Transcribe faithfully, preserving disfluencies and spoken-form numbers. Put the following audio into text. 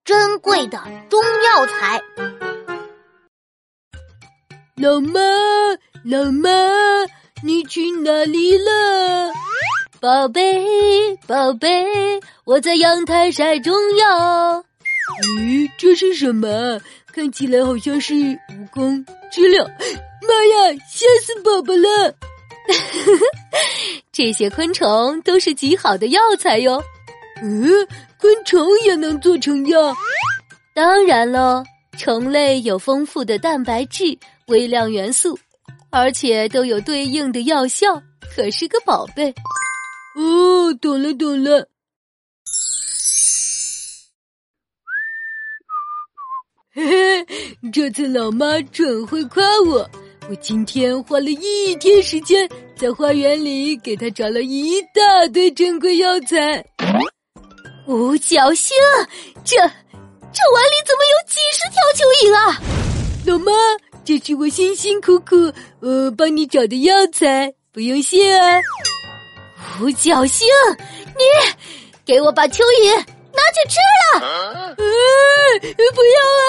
珍贵的中药材。 老妈，老妈，你去哪里了？宝贝，宝贝，我在阳台晒中药。咦，这是什么？看起来好像是蜈蚣知了。妈呀，吓死宝宝了！这些昆虫都是极好的药材哟。嗯，昆虫也能做成药？当然了，虫类有丰富的蛋白质、微量元素，而且都有对应的药效，可是个宝贝。哦，懂了懂了。嘿嘿，这次老妈准会夸我。我今天花了一天时间，在花园里给她找了一大堆珍贵药材。五角星，这这碗里怎么有几十条蚯蚓啊？老妈，这是我辛辛苦苦呃帮你找的药材，不用谢啊。五角星，你给我把蚯蚓拿去吃了！啊，不要啊！